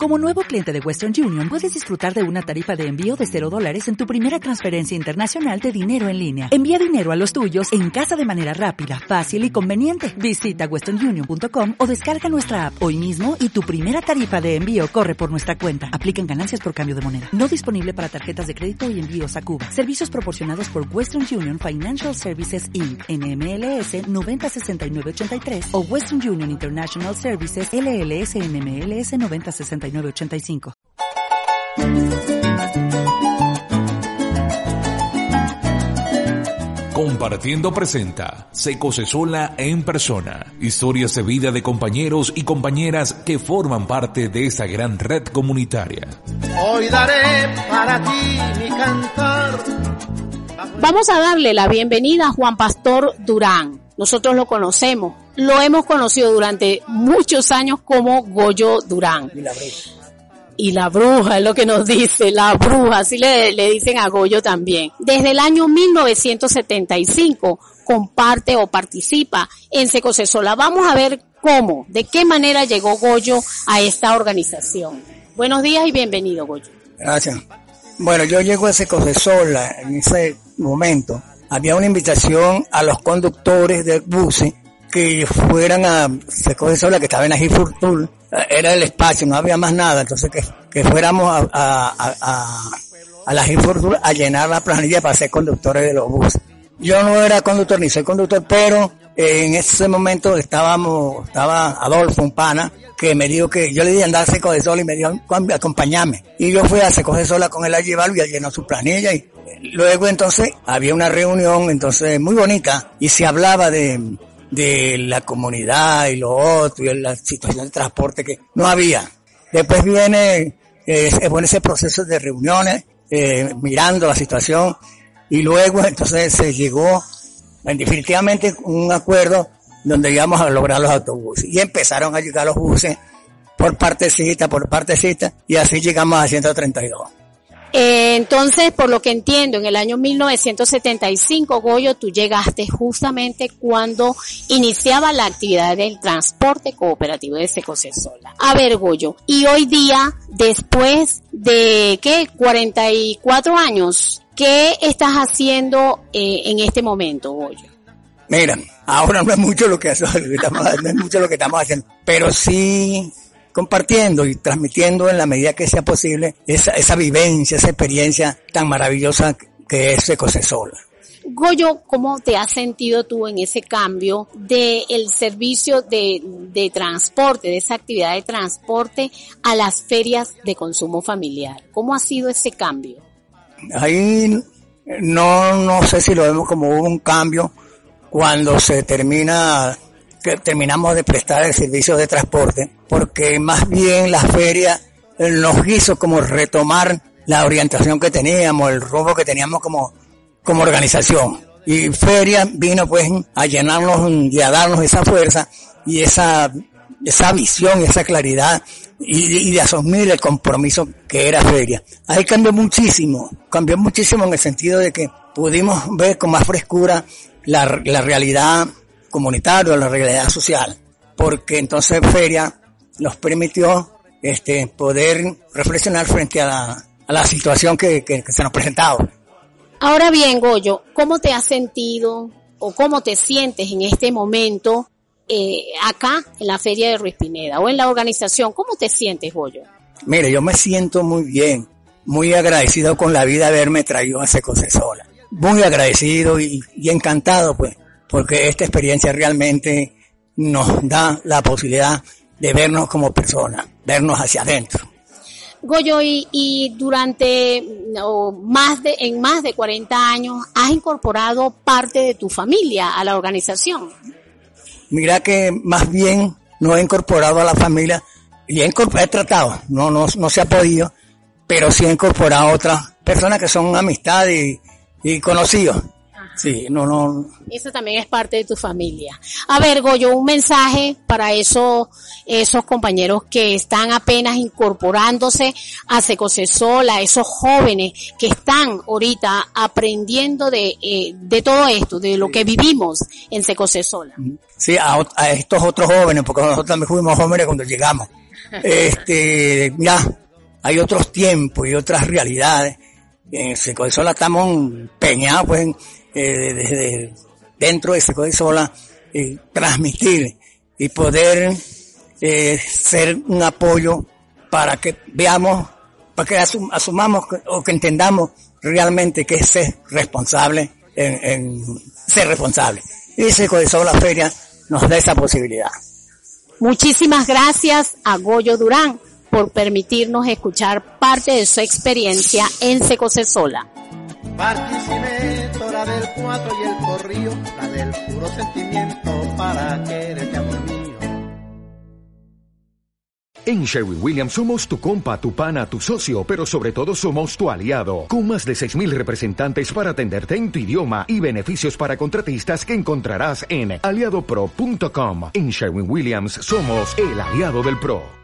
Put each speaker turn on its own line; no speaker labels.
Como nuevo cliente de Western Union, puedes disfrutar de una tarifa de envío de $0 en tu primera transferencia internacional de dinero en línea. Envía dinero a los tuyos en casa de manera rápida, fácil y conveniente. Visita westernunion.com o descarga nuestra app hoy mismo y tu primera tarifa de envío corre por nuestra cuenta. Aplican ganancias por cambio de moneda. No disponible para tarjetas de crédito y envíos a Cuba. Servicios proporcionados por Western Union Financial Services Inc. NMLS 906983 o Western Union International Services LLS NMLS 906985.
Compartiendo presenta Seco Se Sola en persona. Historias de vida de compañeros y compañeras que forman parte de esa gran red comunitaria.
Hoy daré para ti mi cantar.
Vamos a darle la bienvenida a Juan Pastor Durán. Nosotros lo conocemos, lo hemos conocido durante muchos años como Goyo Durán. Y la bruja es lo que nos dice, la bruja, así le dicen a Goyo también. Desde el año 1975 comparte o participa en Seco Se Sola. Vamos a ver cómo, de qué manera llegó Goyo a esta organización. Buenos días y bienvenido, Goyo.
Gracias. Bueno, yo llego a Seco Se Sola en ese momento. Había una invitación a los conductores de buses que fueran a Seco Se Sola, que estaba en Ajifurtul. Era el espacio, no había más nada, entonces que fuéramos a la Ajifurtul a llenar la planilla para ser conductores de los buses. Yo no era conductor ni soy conductor, pero en ese momento estaba Adolfo, un pana, que me dijo que yo le dije andar a Seco Se Sola y me dijo acompañame. Y yo fui a Seco Se Sola con él a llevarlo y a llenar su planilla y luego entonces había una reunión entonces muy bonita y se hablaba de la comunidad y lo otro y la situación de transporte que no había. Después viene ese proceso de reuniones mirando la situación y luego entonces se llegó definitivamente un acuerdo donde íbamos a lograr los autobuses y empezaron a llegar los buses por partecita y así llegamos a 132.
Entonces, por lo que entiendo, en el año 1975, Goyo, tú llegaste justamente cuando iniciaba la actividad del transporte cooperativo de Seco Se Sola. A ver, Goyo, y hoy día, después de, 44 años, ¿qué estás haciendo en este momento, Goyo?
Mira, ahora no es mucho lo que estamos haciendo, pero sí compartiendo y transmitiendo en la medida que sea posible esa vivencia, esa experiencia tan maravillosa que es Seco Se Sola.
Goyo, ¿cómo te has sentido tú en ese cambio del servicio de transporte, de esa actividad de transporte a las ferias de consumo familiar? ¿Cómo ha sido ese cambio?
Ahí no sé si lo vemos como un cambio cuando terminamos de prestar el servicio de transporte, porque más bien la feria nos hizo como retomar la orientación que teníamos, el rumbo que teníamos como organización. Y feria vino pues a llenarnos y a darnos esa fuerza y esa visión y esa claridad y de asumir el compromiso que era feria. Ahí cambió muchísimo en el sentido de que pudimos ver con más frescura la realidad comunitario, la realidad social, porque entonces feria nos permitió poder reflexionar frente a la situación que se nos presentaba.
Ahora bien, Goyo, ¿cómo te has sentido o cómo te sientes en este momento acá en la feria de Ruiz Pineda o en la organización? ¿Cómo te sientes, Goyo?
Mire, yo me siento muy bien, muy agradecido con la vida de haberme traído a Seco Se Sola. Muy agradecido y encantado pues, porque esta experiencia realmente nos da la posibilidad de vernos como personas, vernos hacia adentro.
Goyo, y durante en más de 40 años has incorporado parte de tu familia a la organización.
Mira que más bien no he incorporado a la familia y he tratado, no se ha podido, pero sí he incorporado a otras personas que son amistades y conocidos. Sí, no.
Eso también es parte de tu familia. A ver, Goyo, un mensaje para esos compañeros que están apenas incorporándose a Seco Se Sola, esos jóvenes que están ahorita aprendiendo de todo esto, de lo que vivimos en Seco Se Sola.
Sí, a estos otros jóvenes, porque nosotros también fuimos jóvenes cuando llegamos. Ya hay otros tiempos y otras realidades. En Seco de Sola estamos empeñados, pues, desde dentro de Seco de Sola, transmitir y poder ser un apoyo para que veamos, para que asumamos o que entendamos realmente que es ser responsable en ser responsable. Y Seco de Sola Feria nos da esa posibilidad.
Muchísimas gracias a Goyo Durán por permitirnos escuchar parte de su experiencia en Seco de Sola.
Barquisimeto, la del 4 y el corrío, la del puro sentimiento para quererte, amor mío.
En Sherwin-Williams somos tu compa, tu pana, tu socio, pero sobre todo somos tu aliado, con más de 6,000 representantes para atenderte en tu idioma y beneficios para contratistas que encontrarás en aliadopro.com. En Sherwin-Williams somos el aliado del pro.